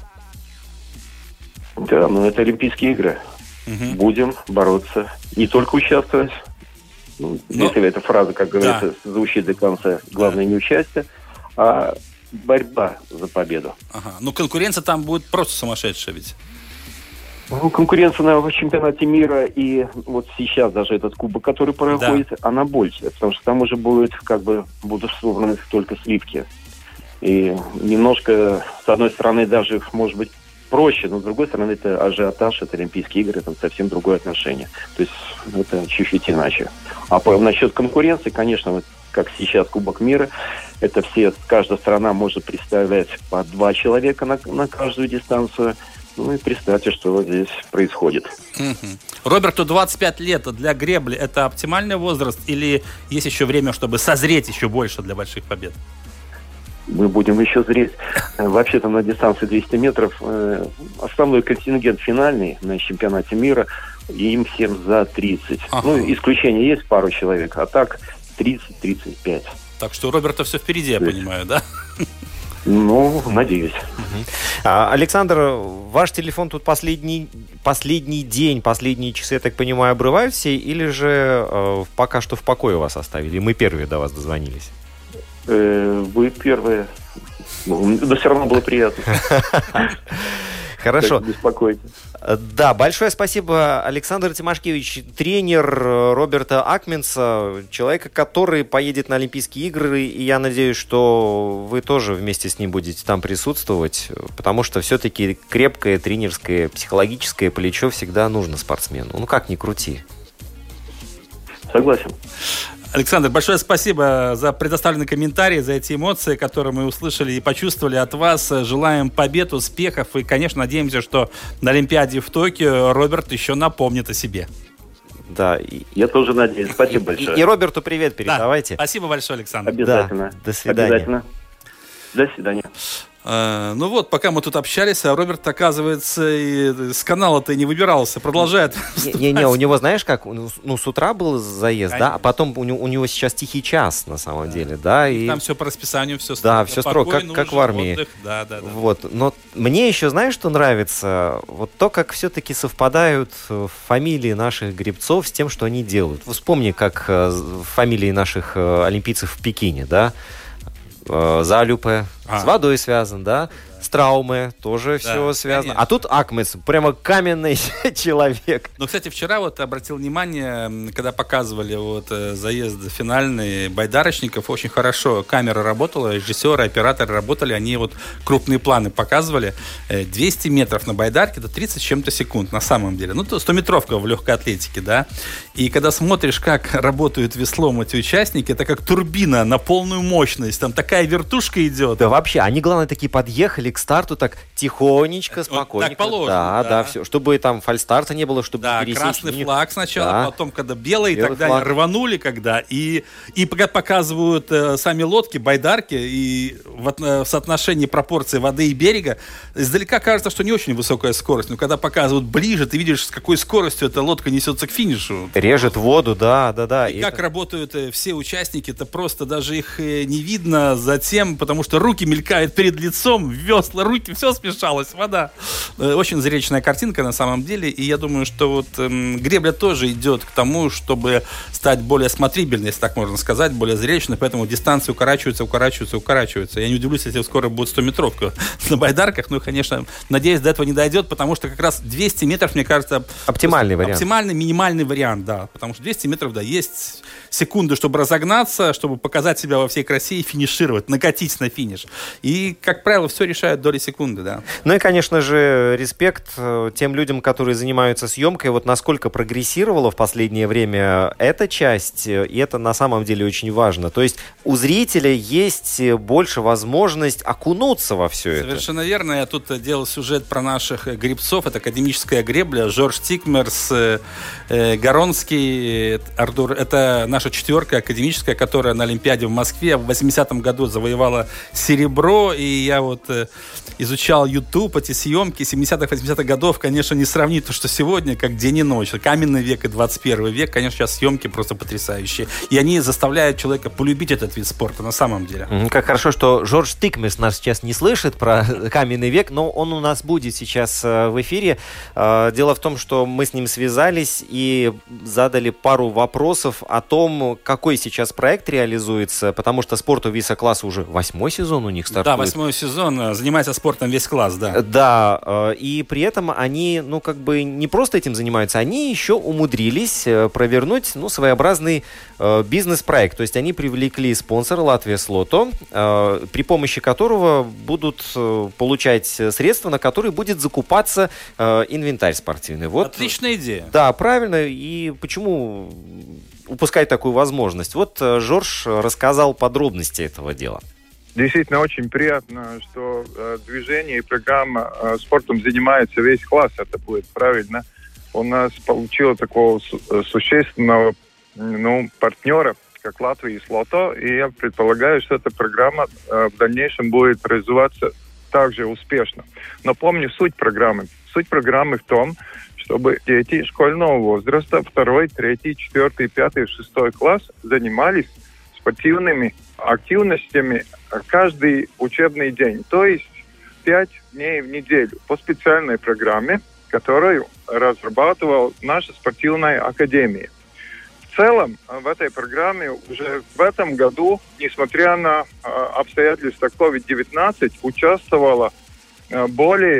Speaker 8: Да, ну это Олимпийские игры. Будем бороться. Не только участвовать. Если эта фраза, как говорится, звучит до конца, главное не участие, а борьба за победу.
Speaker 2: Ага. Ну, конкуренция там будет просто сумасшедшая ведь.
Speaker 8: Ну, конкуренция на чемпионате мира и вот сейчас даже этот кубок, который проходит, да. она больше, потому что там уже будет, как бы, будут собраны только сливки. И немножко, с одной стороны, даже, может быть, проще, но с другой стороны, это ажиотаж, это Олимпийские игры, это совсем другое отношение. То есть это чуть-чуть иначе. А по, насчет конкуренции, конечно, вот как сейчас Кубок мира, это все, каждая страна может представлять по два человека на, на каждую дистанцию. Ну и представьте, что вот здесь происходит.
Speaker 2: Угу. Роберту двадцать пять лет. Для гребли это оптимальный возраст или есть еще время, чтобы созреть еще больше для больших побед?
Speaker 8: Мы будем еще зреть. Вообще-то на дистанции двести метров основной контингент финальный на чемпионате мира, им всем за тридцать. Ага. Ну, исключение есть пару человек, а так тридцать-тридцать пять.
Speaker 2: Так что у Роберта все впереди, я понимаю, да?
Speaker 8: Ну, надеюсь.
Speaker 3: Угу. А, Александр, ваш телефон тут последний, последний день, последние часы, я так понимаю, обрывают все, или же э, пока что в покое вас оставили? Мы первые до вас дозвонились.
Speaker 8: Э, вы первые. Но все равно было приятно.
Speaker 3: Хорошо.
Speaker 8: Так, беспокойте.
Speaker 3: Да, большое спасибо, Александр Тимошкевич, тренер Роберта Акменса, человека, который поедет на Олимпийские игры, и я надеюсь, что вы тоже вместе с ним будете там присутствовать, потому что все-таки крепкое тренерское, психологическое плечо всегда нужно спортсмену. Ну, как ни крути.
Speaker 8: Согласен.
Speaker 2: Александр, большое спасибо за предоставленный комментарий, за эти эмоции, которые мы услышали и почувствовали от вас. Желаем побед, успехов и, конечно, надеемся, что на Олимпиаде в Токио Роберт еще напомнит о себе.
Speaker 3: Да. И,
Speaker 8: Я тоже надеюсь. Спасибо
Speaker 3: и,
Speaker 8: большое.
Speaker 3: И, и Роберту привет передавайте.
Speaker 2: Да. Спасибо большое, Александр.
Speaker 8: Обязательно.
Speaker 3: Да. До свидания.
Speaker 8: Обязательно. До свидания.
Speaker 2: Ну вот, пока мы тут общались, а Роберт, оказывается, и с канала-то не выбирался, продолжает.
Speaker 3: Не-не, у него, знаешь как, ну, с утра был заезд,
Speaker 2: Конечно.
Speaker 3: да, а потом у него, у него сейчас тихий час, на самом да. деле, да. И...
Speaker 2: Там все по расписанию, все
Speaker 3: строго. Да, все строго, как, как в армии.
Speaker 2: Да, да, да.
Speaker 3: Вот, но мне еще, знаешь, что нравится? Вот то, как все-таки совпадают фамилии наших гребцов с тем, что они делают. Вспомни, как фамилии наших олимпийцев в Пекине, да. Залюпе а. с водой связан, да, Страуме тоже да, все связано. Конечно. А тут Акмес, прямо каменный человек.
Speaker 2: Ну, кстати, вчера вот обратил внимание, когда показывали вот заезд финальный байдарочников, очень хорошо камера работала, режиссеры, операторы работали, они вот крупные планы показывали. двести метров на байдарке, это тридцать с чем-то секунд на самом деле. Ну, то стометровка в легкой атлетике, да. И когда смотришь, как работают веслом эти участники, это как турбина на полную мощность, там такая вертушка идет.
Speaker 3: Да вообще, они, главное, такие подъехали к старту так тихонечко, спокойненько.
Speaker 2: Так положено.
Speaker 3: Да, да, да, все. Чтобы там фальстарта не было, чтобы
Speaker 2: да,
Speaker 3: пересечь.
Speaker 2: Красный
Speaker 3: линию.
Speaker 2: Флаг сначала, да. Потом, когда белый, белый и так далее, рванули, когда. И, и пока показывают э, сами лодки, байдарки, и в, в соотношении пропорции воды и берега, издалека кажется, что не очень высокая скорость. Но когда показывают ближе, ты видишь, с какой скоростью эта лодка несется к финишу.
Speaker 3: Режет воду, да, да, да.
Speaker 2: И, и как это... работают э, все участники, это просто даже их э, не видно затем, потому что руки мелькают перед лицом, весла, руки, все смешалось, вода. Очень зрелищная картинка на самом деле, и я думаю, что вот эм, гребля тоже идет к тому, чтобы стать более смотрибельной, если так можно сказать, более зрелищной, поэтому дистанции укорачиваются, укорачиваются, укорачиваются. Я не удивлюсь, если скоро будет стометровка на байдарках, ну, конечно, надеюсь, до этого не дойдет, потому что как раз двести метров, мне кажется...
Speaker 3: Оптимальный вариант.
Speaker 2: Оптимальный, минимальный вариант, да, потому что двести метров, да, есть секунды, чтобы разогнаться, чтобы показать себя во всей красе и финишировать, накатить на финиш. И, как правило, все решают доли секунды, да.
Speaker 3: Ну и, конечно же, респект тем людям, которые занимаются съемкой. Вот насколько прогрессировала в последнее время эта часть, и это на самом деле очень важно. То есть у зрителя есть больше возможность окунуться во все это.
Speaker 2: Совершенно верно. Я тут делал сюжет про наших гребцов. Это академическая гребля. Жорж Тикмерс, э, Горонский, Артур. Это наша четверка академическая, которая на Олимпиаде в Москве в восьмидесятом году завоевала серебро. И я вот э, изучал YouTube, эти съемки семидесятых, восьмидесятых годов, конечно, не сравнить то, что сегодня, как день и ночь. Каменный век и двадцать первый век, конечно, сейчас съемки просто потрясающие. И они заставляют человека полюбить этот вид спорта на самом деле.
Speaker 3: Как хорошо, что Жорж Тикмерс нас сейчас не слышит про каменный век, но он у нас будет сейчас в эфире. Дело в том, что мы с ним связались и задали пару вопросов о том, какой сейчас проект реализуется, потому что спорту Виса-класса уже восьмой сезон у них стартует.
Speaker 2: Да, восьмой сезон. Занимается спортом весь класс, да.
Speaker 3: Да, и при этом они, ну, как бы не просто этим занимаются, они еще умудрились провернуть, ну, своеобразный э, бизнес-проект. То есть они привлекли спонсора Латвия Слото, э, при помощи которого будут э, получать средства, на которые будет закупаться э, инвентарь спортивный. Вот.
Speaker 2: Отличная идея.
Speaker 3: Да, правильно. И почему упускать такую возможность? Вот э, Жорж рассказал подробности этого дела.
Speaker 9: Действительно, очень приятно, что э, движение и программа э, спортом занимается весь класс. Это будет правильно. У нас получило такого су- существенного ну, партнера, как Латвия и Слото. И я предполагаю, что эта программа э, в дальнейшем будет развиваться также успешно. Но помню суть программы. Суть программы в том, чтобы дети школьного возраста, второй, третий, четвертый, пятый, шестой класс занимались спортивными активностями каждый учебный день, то есть пять дней в неделю по специальной программе, которую разрабатывала наша спортивная академия. В целом в этой программе уже в этом году, несмотря на обстоятельства ковид девятнадцать, участвовало более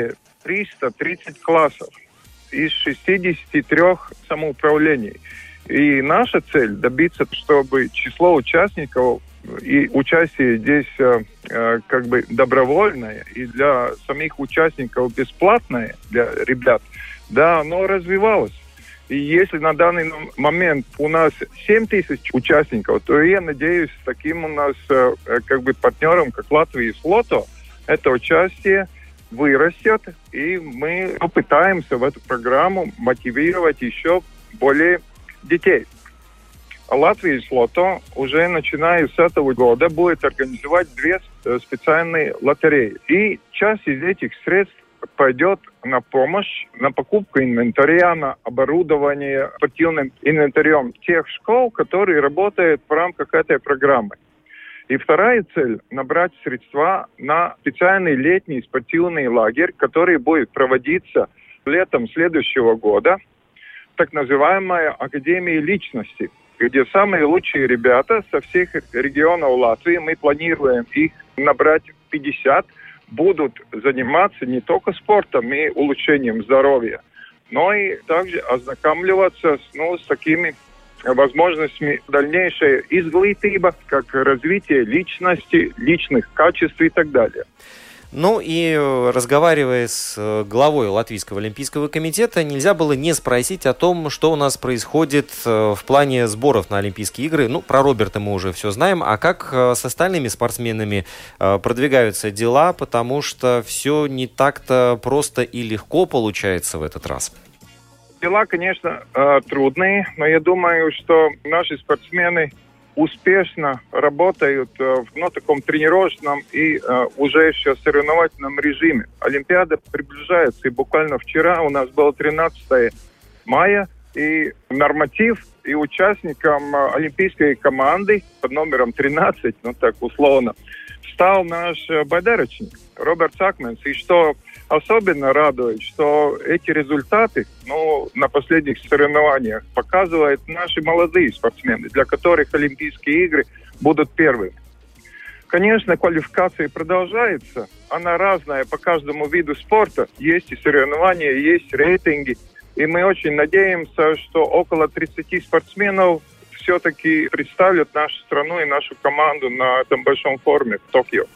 Speaker 9: триста тридцать классов из шестидесяти трёх самоуправлений. И наша цель добиться, чтобы число участников и участие здесь э, как бы добровольное и для самих участников бесплатное для ребят, да, оно развивалось. И если на данный момент у нас семь тысяч участников, то я надеюсь, таким у нас э, как бы партнером, как Латвия и Слото, это участие вырастет, и мы попытаемся в эту программу мотивировать еще более детей. Латвия и Слото уже начиная с этого года будет организовать две специальные лотереи. И часть из этих средств пойдет на помощь, на покупку инвентаря, на оборудование спортивным инвентарем тех школ, которые работают в рамках этой программы. И вторая цель – набрать средства на специальный летний спортивный лагерь, который будет проводиться летом следующего года, так называемая Академия личности, где самые лучшие ребята со всех регионов Латвии, мы планируем их набрать пятьдесят, будут заниматься не только спортом и улучшением здоровья, но и также ознакомливаться ну, с такими возможностями дальнейшей изглитыба, как развитие личности, личных качеств и так далее.
Speaker 3: Ну и разговаривая с главой Латвийского олимпийского комитета, нельзя было не спросить о том, что у нас происходит в плане сборов на Олимпийские игры. Ну, про Роберта мы уже все знаем. А как с остальными спортсменами продвигаются дела, потому что все не так-то просто и легко получается в этот раз?
Speaker 9: Дела, конечно, трудные, но я думаю, что наши спортсмены успешно работают в ну, таком тренировочном и э, уже еще соревновательном режиме. Олимпиада приближается, и буквально вчера у нас было тринадцатое мая, и норматив и участникам э, олимпийской команды под номером тринадцать, ну так условно, стал наш э, байдарочник Роберт Сакменс. И что особенно радует, что эти результаты ну, на последних соревнованиях показывают наши молодые спортсмены, для которых Олимпийские игры будут первыми. Конечно, квалификация продолжается. Она разная по каждому виду спорта. Есть и соревнования, есть рейтинги. И мы очень надеемся, что около тридцати спортсменов все-таки представят нашу страну и нашу команду на этом большом форуме в Токио.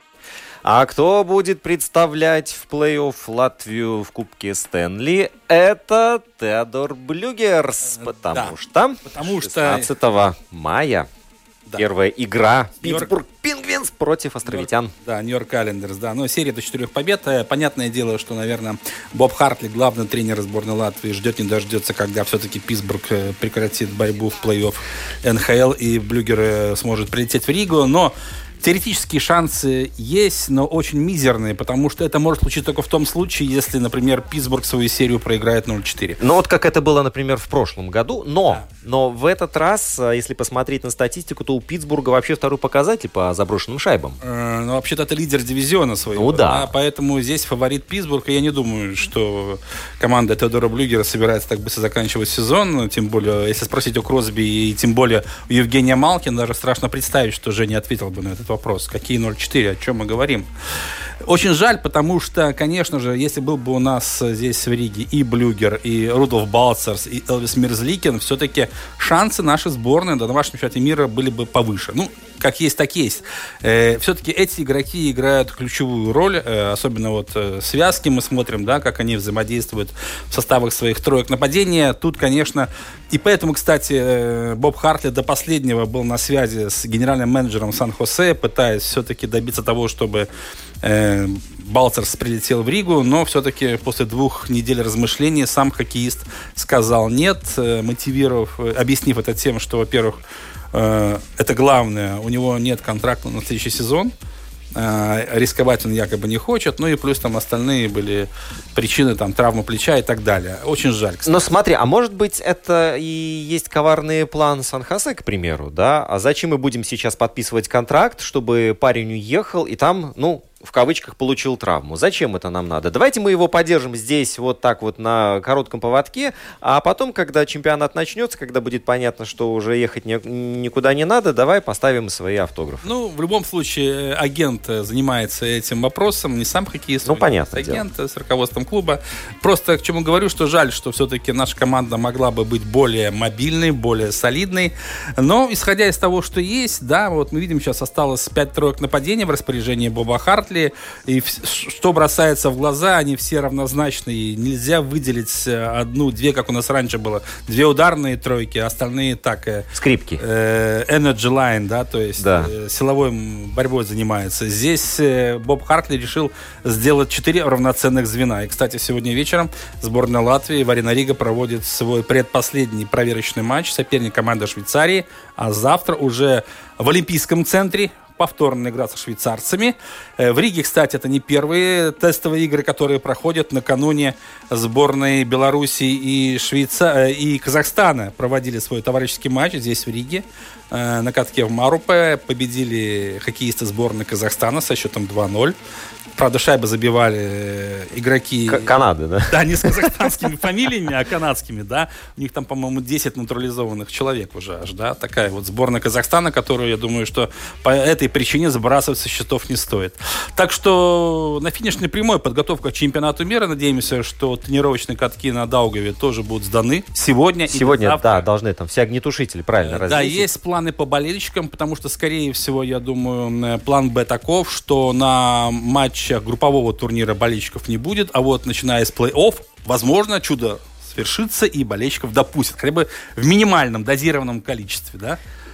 Speaker 3: А кто будет представлять в плей-офф Латвию в Кубке Стэнли? Это Теодор Блюгерс, потому да, что потому шестнадцатого мая да. первая игра Питтсбург Пингвинс против островитян.
Speaker 2: Нью-Йорк, да, Нью-Йорк Айлендерс, да. Но серия до четырех побед. Понятное дело, что, наверное, Боб Хартли, главный тренер сборной Латвии, ждет не дождется, когда все-таки Питтсбург прекратит борьбу в плей-офф эн ха эл и Блюгер сможет прилететь в Ригу. Но теоретические шансы есть, но очень мизерные, потому что это может случиться только в том случае, если, например, Питтсбург свою серию проиграет ноль четыре.
Speaker 3: Ну вот как это было, например, в прошлом году, но, да. но в этот раз, если посмотреть на статистику, то у Питтсбурга вообще второй показатель по заброшенным шайбам.
Speaker 2: Э, ну вообще-то это лидер дивизиона своего.
Speaker 3: Ну да.
Speaker 2: да. Поэтому здесь фаворит Питтсбург, и я не думаю, что команда Теодора Блюгера собирается так быстро заканчивать сезон, тем более, если спросить у Кросби и тем более у Евгения Малкина, даже страшно представить, что Женя ответил бы на этот вопрос. Какие ноль четыре? О чем мы говорим? Очень жаль, потому что, конечно же, если был бы у нас здесь в Риге и Блюгер, и Рудольф Балцерс, и Элвис Мерзликин, все-таки шансы нашей сборной на домашнем чемпионате мира были бы повыше. Ну, как есть, так есть. Э, все-таки эти игроки играют ключевую роль, э, особенно вот э, связки мы смотрим, да, как они взаимодействуют в составах своих троек нападения. Тут, конечно, и поэтому, кстати, э, Боб Хартли до последнего был на связи с генеральным менеджером Сан-Хосе, пытаясь все-таки добиться того, чтобы э, Балцерс прилетел в Ригу, но все-таки после двух недель размышлений сам хоккеист сказал нет, э, мотивировав, э, объяснив это тем, что, во-первых, это главное, у него нет контракта на следующий сезон, рисковать он якобы не хочет, ну и плюс там остальные были причины, там, травма плеча и так далее. Очень жаль, кстати.
Speaker 3: Но смотри, а может быть это и есть коварный план Сан-Хосе, к примеру, да? А зачем мы будем сейчас подписывать контракт, чтобы парень уехал и там, ну, в кавычках, получил травму. Зачем это нам надо? Давайте мы его подержим здесь вот так вот на коротком поводке, а потом, когда чемпионат начнется, когда будет понятно, что уже ехать ни, никуда не надо, давай поставим свои автографы.
Speaker 2: Ну, в любом случае, агент занимается этим вопросом, не сам хоккеист,
Speaker 3: ну, понятно,
Speaker 2: агент дело. С руководством клуба. Просто к чему говорю, что жаль, что все-таки наша команда могла бы быть более мобильной, более солидной, но, исходя из того, что есть, да, вот мы видим, сейчас осталось пять троек нападения в распоряжении Боба Хартли, и что бросается в глаза, они все равнозначны, и нельзя выделить одну-две, как у нас раньше было, две ударные тройки, а остальные так...
Speaker 3: Скрипки.
Speaker 2: Э, energy line, да, то есть
Speaker 3: да.
Speaker 2: э, силовой борьбой занимается. Здесь э, Боб Хартли решил сделать четыре равноценных звена. И, кстати, сегодня вечером сборная Латвии в Арена Рига проводит свой предпоследний проверочный матч, соперник команды Швейцарии, а завтра уже в Олимпийском центре повторная игра со швейцарцами. В Риге, кстати, это не первые тестовые игры, которые проходят. Накануне сборные Беларуси и, Швейца... и Казахстана проводили свой товарищеский матч здесь, в Риге. На катке в Марупе победили хоккеисты сборной Казахстана со счетом два ноль. Правда, шайбы забивали игроки...
Speaker 3: К- Канады, да?
Speaker 2: Да, не с казахстанскими фамилиями, а канадскими, да. У них там, по-моему, десять натурализованных человек уже аж, да. Такая вот сборная Казахстана, которую, я думаю, что по этой причине забрасывать со счетов не стоит. Так что на финишной прямой подготовка к чемпионату мира. Надеемся, что тренировочные катки на Даугаве тоже будут сданы сегодня.
Speaker 3: Сегодня,
Speaker 2: и завтра.
Speaker 3: Да, должны там все огнетушители правильно развесить.
Speaker 2: Да, есть планы по болельщикам, потому что, скорее всего, я думаю, план Б таков, что на матч группового турнира болельщиков не будет, а вот начиная с плей-офф, возможно, чудо свершится и болельщиков допустят, хотя бы в минимальном дозированном количестве, да?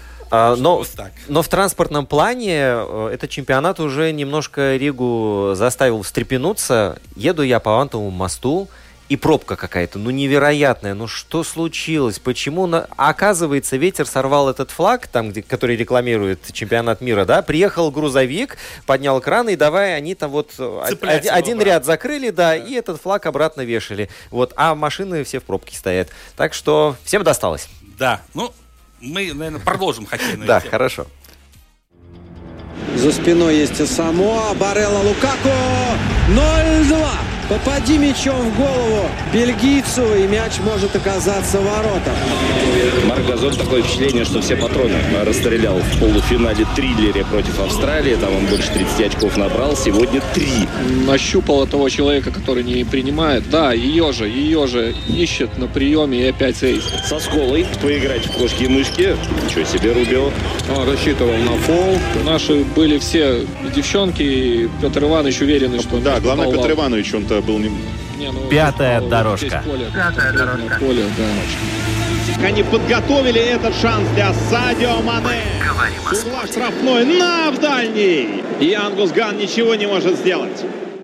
Speaker 3: А, но, но в транспортном плане этот чемпионат уже немножко Ригу заставил встрепенуться. Еду я по Вантовому мосту, и пробка какая-то, ну, невероятная. Ну, что случилось? Почему? На... Оказывается, ветер сорвал этот флаг, там, где... который рекламирует чемпионат мира, да? Приехал грузовик, поднял кран, и давай они там вот од... один ряд закрыли, да, да, и этот флаг обратно вешали. Вот, а машины все в пробке стоят. Так что всем досталось.
Speaker 2: Да, ну, мы, наверное, продолжим хоккейную
Speaker 3: Да,
Speaker 2: тему.
Speaker 3: хорошо.
Speaker 10: За спиной есть и Самоа, Барелла, Лукаку, ноль-два. Попади мячом в голову бельгийцу, и мяч может оказаться в воротах.
Speaker 11: Марк Газон, такое впечатление, что все патроны расстрелял в полуфинале Триллере против Австралии. Там он больше тридцати очков набрал, сегодня три.
Speaker 7: Нащупал того человека, который не принимает. Да, ее же, ее же ищет на приеме и опять эйс.
Speaker 11: Со Сколой поиграть в кошки и мышки. Ничего себе, Рубио.
Speaker 7: Он рассчитывал на фол. Наши были все девчонки, и Петр Иванович уверенный, что...
Speaker 6: Да, главное, Петр Иванович, он-то был не...
Speaker 1: Не, ну, Пятая дорожка.
Speaker 7: Поле, Пятая дорожка. Поле, да.
Speaker 12: Они подготовили этот шанс для Садио Мане. С угла штрафной на в дальний. И Ангус Ган ничего не может сделать.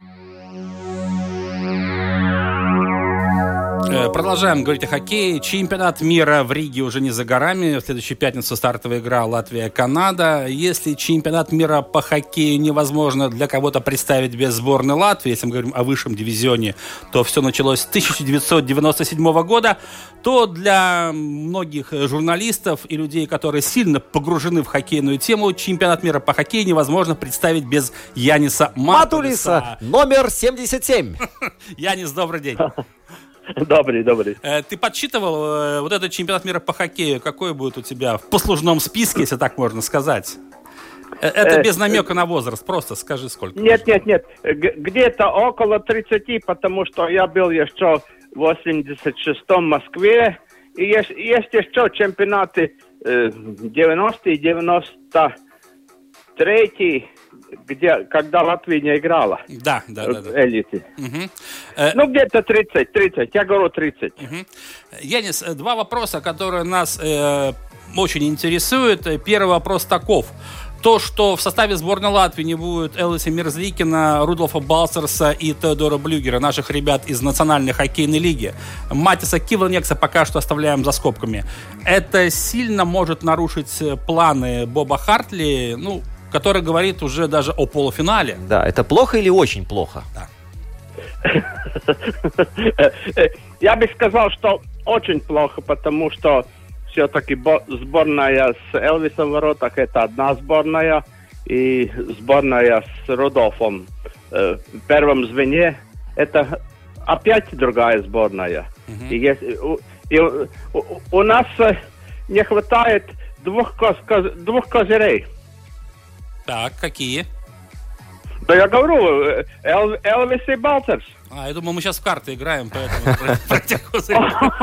Speaker 2: Продолжаем говорить о хоккее. Чемпионат мира в Риге уже не за горами. В следующую пятницу стартовая игра Латвия-Канада. Если чемпионат мира по хоккею невозможно для кого-то представить без сборной Латвии, если мы говорим о высшем дивизионе, то все началось с тысяча девятьсот девяносто седьмого года, то для многих журналистов и людей, которые сильно погружены в хоккейную тему, чемпионат мира по хоккею невозможно представить без Яниса Матулиса.
Speaker 3: Матулиса, номер семьдесят семь.
Speaker 2: Янис, добрый день.
Speaker 8: Добрый, добрый.
Speaker 2: Ты подсчитывал э, вот этот чемпионат мира по хоккею, какой будет у тебя в послужном списке, если так можно сказать? Это без намека на возраст, просто скажи сколько.
Speaker 8: Нет, нет, нет, где-то около тридцати, потому что я был еще в восемьдесят шестом в Москве, и есть, есть еще чемпионаты девяностые, девяносто третий, где, когда Латвия не играла.
Speaker 2: Да, да, да. да.
Speaker 8: Элиты. Угу. Ну, где-то тридцать, тридцать, я говорю тридцать.
Speaker 2: Угу. Янис, два вопроса, которые нас э, очень интересуют. Первый вопрос таков. То, что в составе сборной Латвии не будет Элвиса Мерзликина, Рудольфа Балцерса и Теодора Блюгера, наших ребят из Национальной хоккейной лиги, Матиса Кивленекса пока что оставляем за скобками. Это сильно может нарушить планы Боба Хартли, ну, который говорит уже даже о полуфинале.
Speaker 3: Да, это плохо или очень плохо?
Speaker 2: Да.
Speaker 8: Я бы сказал, что очень плохо, потому что все-таки сборная с Элвисом в воротах — это одна сборная, и сборная с Рудольфом э, в первом звене, это опять другая сборная. Uh-huh. И, есть, и у, у, у нас не хватает двух, коз, коз, двух козырей.
Speaker 2: Так, какие?
Speaker 8: Да я говорю, Эл, Элвис и Балтерс.
Speaker 2: А, я думал, мы сейчас в карты играем, поэтому про тех козырей.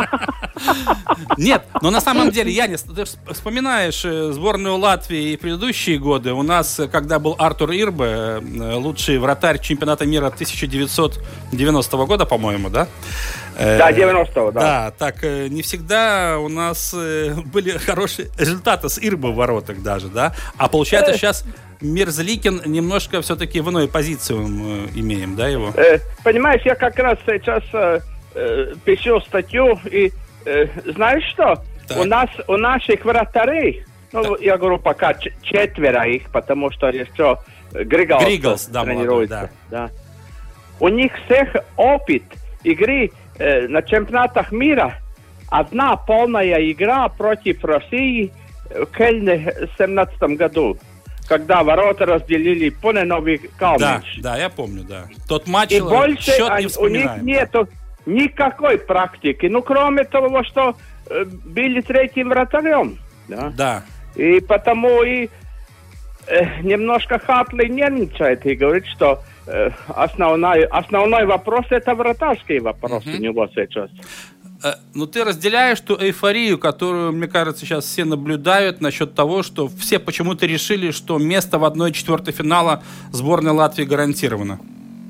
Speaker 2: Нет, но на самом деле, Янис, ты вспоминаешь сборную Латвии и предыдущие годы. У нас, когда был Артур Ирбе, лучший вратарь чемпионата мира тысяча девятьсот девяностого года, по-моему, да?
Speaker 8: Да, девяностого, да.
Speaker 2: Да, так не всегда у нас были хорошие результаты с Ирбе в воротах даже, да? А получается сейчас Мерзликин немножко все-таки в иной позиции мы имеем, да, его?
Speaker 8: Э, понимаешь, я как раз сейчас э, э, пишу статью, и э, знаешь что? У нас, у наших вратарей, ну, так. я говорю, пока ч- четверо их, потому что еще Григалс,
Speaker 2: Григалс да,
Speaker 8: тренируется.
Speaker 2: Молодой, да.
Speaker 8: Да. У них всех опыт игры э, на чемпионатах мира. Одна полная игра против России в Кельне в семнадцатом году, когда ворота разделили Поненовый Калнич.
Speaker 2: Да, да, я помню, да. Тот матч,
Speaker 8: и больше
Speaker 2: счет
Speaker 8: они,
Speaker 2: не
Speaker 8: у них
Speaker 2: вспоминаем.
Speaker 8: нету никакой практики, ну, кроме того, что э, были третьим вратарем. Да.
Speaker 2: Да.
Speaker 8: И потому и э, немножко Хартли нервничает и говорит, что э, основной, основной вопрос — это вратарский вопрос uh-huh. у него сейчас.
Speaker 2: Ну, ты разделяешь ту эйфорию, которую, мне кажется, сейчас все наблюдают насчет того, что все почему-то решили, что место в одной четвертой финала сборной Латвии гарантировано?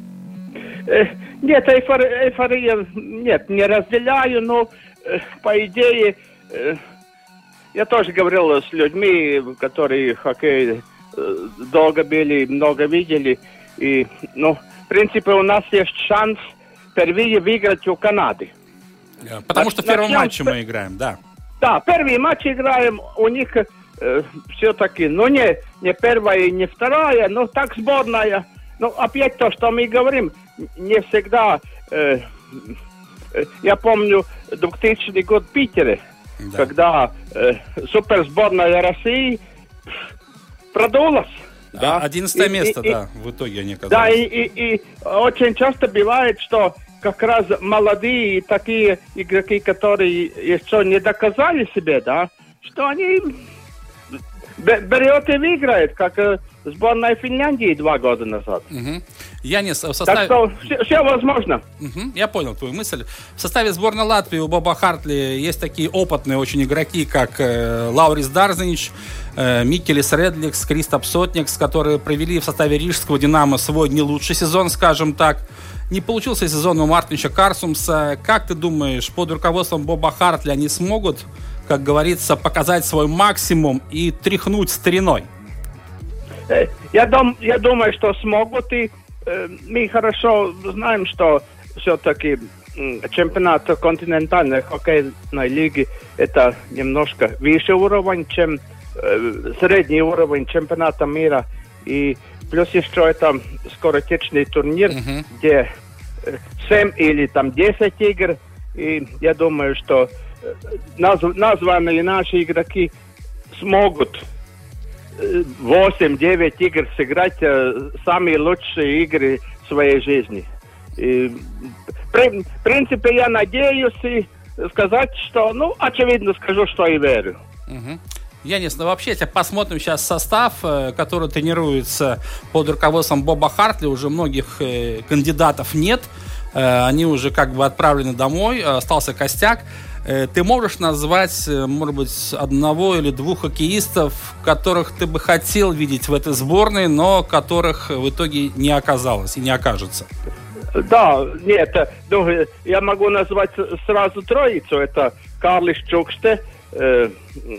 Speaker 8: Э, нет, эйфория, эйфория, нет, не разделяю, но, э, по идее, э, я тоже говорил с людьми, которые хоккей э, долго били, много видели, и, ну, в принципе, у нас есть шанс впервые выиграть у Канады.
Speaker 2: Потому что в первом матче мы играем, да.
Speaker 8: Да, первый матч играем, у них э, все-таки, ну не, не первая и не вторая, но так сборная. Но опять то, что мы говорим, не всегда. Э, э, я помню двухтысячный год в Питере, да. когда э, суперсборная России продулась.
Speaker 2: Да, одиннадцатое место, и, да, и, в итоге они оказались.
Speaker 8: Да, и, и, и очень часто бывает, что как раз молодые такие игроки, которые еще не доказали себе, да, что они берет и выиграет, как сборная Финляндии два года назад.
Speaker 2: Угу. Янис, в составе...
Speaker 8: Так что все, все возможно.
Speaker 2: Угу. Я понял твою мысль. В составе сборной Латвии у Боба Хартли есть такие опытные очень игроки, как э, Лаурис Дарзинич, э, Микелис Редликс, Кристоп Сотникс, которые провели в составе рижского «Динамо» свой не лучший сезон, скажем так. Не получился сезон у Мартинча Карсумса. Как ты думаешь, под руководством Боба Хартли они смогут, как говорится, показать свой максимум и тряхнуть стариной?
Speaker 8: Я, дум, я думаю, что смогут. И э, мы хорошо знаем, что все-таки э, чемпионат континентальной хоккейной лиги это немножко выше уровень, чем э, средний уровень чемпионата мира. И плюс еще это скоротечный турнир, uh-huh. где семь или там десять игр. И я думаю, что назв- названные наши игроки смогут восемь-девять игр сыграть э, самые лучшие игры в своей жизни. И, при, в принципе, я надеюсь и сказать, что, ну, очевидно скажу, что и верю.
Speaker 2: Uh-huh. Янис, ну вообще, если посмотрим сейчас состав, который тренируется под руководством Боба Хартли, уже многих э, кандидатов нет, э, они уже как бы отправлены домой, остался костяк. Э, ты можешь назвать, может быть, одного или двух хоккеистов, которых ты бы хотел видеть в этой сборной, но которых в итоге не оказалось и не окажется?
Speaker 8: Да, нет, ну, я могу назвать сразу троицу. Это Карлис Чуксте, э,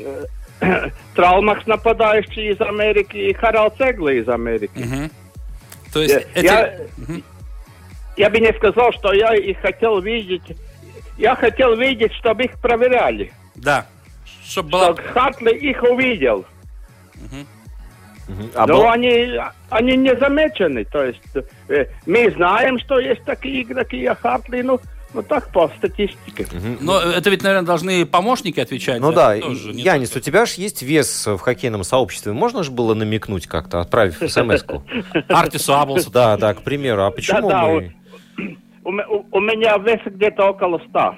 Speaker 8: Тралмакс, нападающий из Америки, и Харалд Цегли из Америки.
Speaker 2: Угу. То есть
Speaker 8: я,
Speaker 2: эти...
Speaker 8: я,
Speaker 2: угу.
Speaker 8: я бы не сказал, что я их хотел видеть. Я хотел видеть, чтобы их проверяли.
Speaker 2: Да. Чтобы была...
Speaker 8: Чтобы Хартли их увидел.
Speaker 2: Угу.
Speaker 3: Угу.
Speaker 8: А Но был... они, они не замечены. То есть э, мы знаем, что есть такие игроки, а Хартли, ну,
Speaker 13: Ну так, по статистике.
Speaker 3: Угу.
Speaker 2: Но это ведь, наверное, должны помощники отвечать.
Speaker 3: Ну да,
Speaker 2: тоже,
Speaker 3: Янис, у тебя же есть вес в хоккейном сообществе. Можно же было намекнуть как-то, отправив смс-ку?
Speaker 2: Артису Аблсу.
Speaker 3: Да, да, к примеру. А почему
Speaker 13: да,
Speaker 3: мы...
Speaker 13: У, у, у меня вес где-то около ста.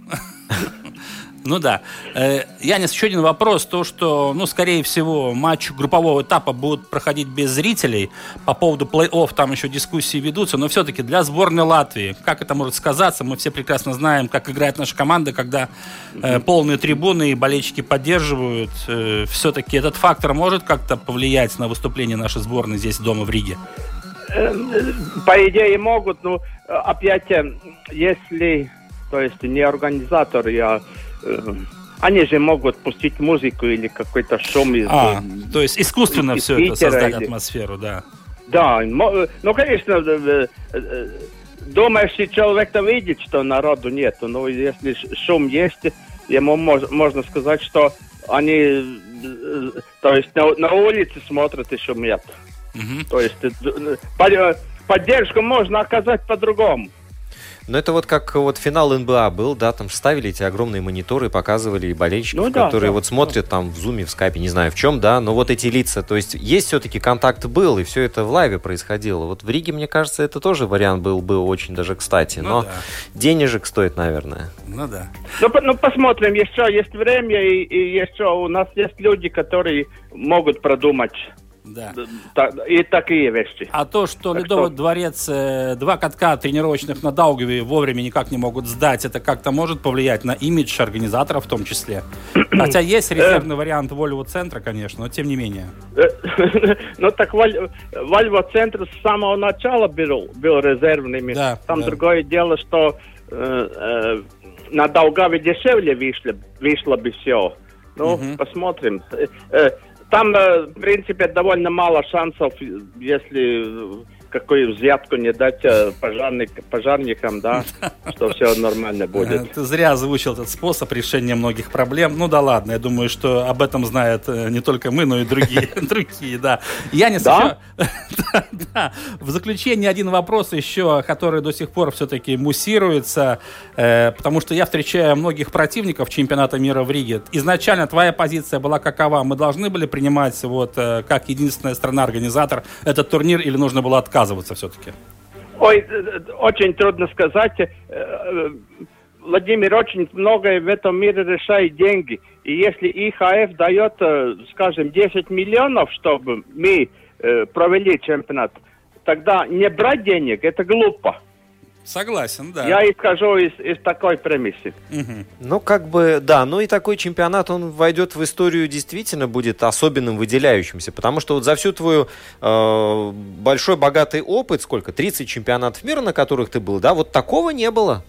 Speaker 2: Ну да. Янис, еще один вопрос. То, что, ну, скорее всего, матч группового этапа будут проходить без зрителей. По поводу плей-офф там еще дискуссии ведутся. Но все-таки для сборной Латвии, как это может сказаться? Мы все прекрасно знаем, как играет наша команда, когда э, полные трибуны и болельщики поддерживают. Э, все-таки этот фактор может как-то повлиять на выступление нашей сборной здесь дома в Риге?
Speaker 13: По идее могут, но опять, если, то есть не организатор, я... Они же могут пустить музыку или какой-то шум из...
Speaker 2: А, то есть искусственно
Speaker 13: из
Speaker 2: все
Speaker 13: Питера,
Speaker 2: это создать
Speaker 13: или...
Speaker 2: атмосферу, да.
Speaker 13: Да, ну, конечно, думаешь, если человек видит, что народу нету, но если шум есть, ему мож, можно сказать, что они, то есть на, на улице смотрят и шумят. Угу. То есть поддержку можно оказать по-другому.
Speaker 3: Ну, это вот как вот финал эн бэ а был, да, там ставили эти огромные мониторы, показывали и болельщиков, ну, да, которые да, вот смотрят да. там в зуме, в скайпе, не знаю в чем, да, но вот эти лица, то есть есть все-таки контакт был, и все это в лайве происходило. Вот в Риге, мне кажется, это тоже вариант был бы очень даже кстати, ну, но да. денежек стоит, наверное.
Speaker 2: Ну, да.
Speaker 13: Ну, ну посмотрим, еще есть время, и, и еще у нас есть люди, которые могут продумать.
Speaker 2: Да.
Speaker 13: И такие вещи.
Speaker 2: А то, что
Speaker 13: так
Speaker 2: Ледовый
Speaker 13: что...
Speaker 2: дворец, э, два катка тренировочных на Даугаве вовремя никак не могут сдать, это как-то может повлиять на имидж организаторов в том числе? Хотя есть резервный вариант Вольво-центра, конечно, но тем не менее.
Speaker 13: Ну так Вольво-центр с самого начала был, был резервными.
Speaker 2: Да,
Speaker 13: Там
Speaker 2: да.
Speaker 13: другое дело, что э, э, на Даугаве дешевле вышло, вышло бы все. Ну, угу. посмотрим. Там, в принципе, довольно мало шансов, если какую взятку не дать пожарник, пожарникам, да, что все нормально будет.
Speaker 2: Ты зря озвучил этот способ решения многих проблем. Ну да ладно, я думаю, что об этом знают не только мы, но и другие, другие, да. Янис,
Speaker 13: да?
Speaker 2: Еще... да, да. В заключение один вопрос еще, который до сих пор все-таки муссируется, э, потому что я встречаю многих противников чемпионата мира в Риге. Изначально твоя позиция была какова? Мы должны были принимать вот э, как единственная страна-организатор этот турнир или нужно было отказываться? Отказываться все-таки?
Speaker 13: Ой, очень трудно сказать. Владимир очень многое в этом мире решает деньги. И если и ха эф дает, скажем, десять миллионов, чтобы мы провели чемпионат, тогда не брать денег, это глупо.
Speaker 2: Согласен, да.
Speaker 13: Я исхожу из, из такой премисы.
Speaker 3: Угу. Ну, как бы, да, ну и такой чемпионат, он войдет в историю, действительно будет особенным, выделяющимся, потому что вот за всю твою э, большой, богатый опыт, сколько, тридцать чемпионатов мира, на которых ты был, да, вот такого не было.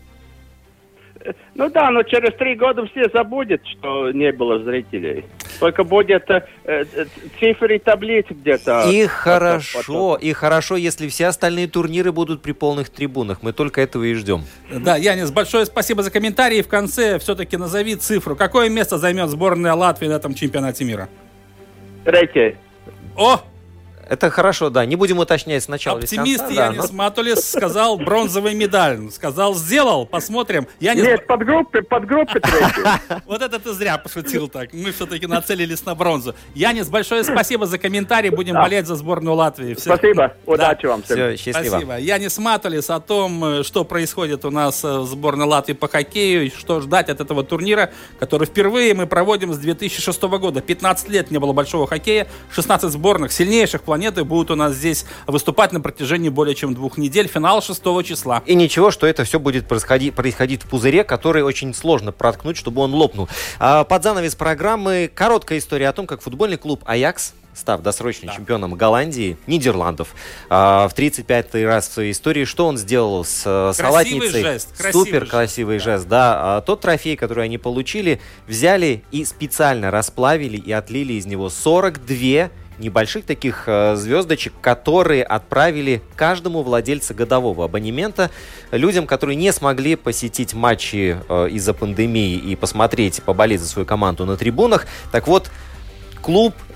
Speaker 13: Ну да, но через три года все забудут, что не было зрителей. Только будет э, э, цифры таблиц где-то.
Speaker 3: И хорошо, и хорошо, если все остальные турниры будут при полных трибунах. Мы только этого и ждем.
Speaker 2: Да, Янис, большое спасибо за комментарии. В конце все-таки назови цифру. Какое место займет сборная Латвии на этом чемпионате мира?
Speaker 13: Третье.
Speaker 2: О!
Speaker 3: Это хорошо, да. Не будем уточнять сначала.
Speaker 2: Оптимист Янис да, но... Матулис сказал бронзовый медаль. Сказал, сделал, посмотрим.
Speaker 13: Янис... Нет, подгруппы, подгруппы третьей.
Speaker 2: Вот это ты зря пошутил так. Мы все-таки нацелились на бронзу. Янис, большое спасибо за комментарий. Будем болеть за сборную Латвии.
Speaker 13: Спасибо. Удачи вам всем.
Speaker 3: Все, счастливо.
Speaker 2: Спасибо. Янис Матулис о том, что происходит у нас в сборной Латвии по хоккею, что ждать от этого турнира, который впервые мы проводим с две тысячи шестого года. пятнадцать лет не было большого хоккея, шестнадцать сборных сильнейших планеты будут у нас здесь выступать на протяжении более чем двух недель. Финал шестого числа.
Speaker 3: И ничего, что это все будет происходить, происходить в пузыре, который очень сложно проткнуть, чтобы он лопнул. А под занавес программы короткая история о том, как футбольный клуб «Аякс», став досрочным да. чемпионом Голландии, Нидерландов, а, в тридцать пятый раз в своей истории, что он сделал с красивый салатницей?
Speaker 2: Жест,
Speaker 3: Супер красивый жест, жест да. А, тот трофей, который они получили, взяли и специально расплавили и отлили из него сорок две небольших таких э, звездочек, которые отправили каждому владельцу годового абонемента, людям, которые не смогли посетить матчи э, из-за пандемии и посмотреть, поболеть за свою команду на трибунах. Так вот, клуб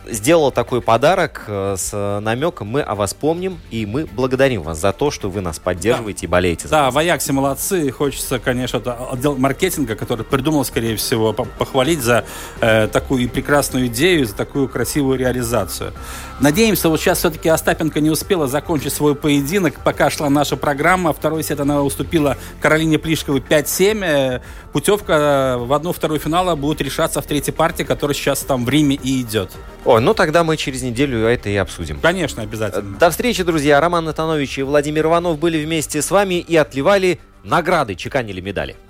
Speaker 3: сделала такой подарок с намеком: мы о вас помним, и мы благодарим вас за то, что вы нас поддерживаете да. и болеете за
Speaker 2: да,
Speaker 3: нас.
Speaker 2: Да, в Аяксе молодцы. Хочется, конечно, отдел маркетинга, который придумал, скорее всего, похвалить за э, такую прекрасную идею, за такую красивую реализацию. Надеемся, вот сейчас все-таки Остапенко не успела закончить свой поединок, пока шла наша программа. Второй сет она уступила Каролине Плишковой пять семь. Путевка в одну-вторую финала будет решаться в третьей партии, которая сейчас там в Риме и идет.
Speaker 3: О, ну тогда мы через неделю это и обсудим.
Speaker 2: Конечно, обязательно.
Speaker 3: До встречи, друзья. Роман Натанович и Владимир Иванов были вместе с вами и отливали награды, чеканили медали.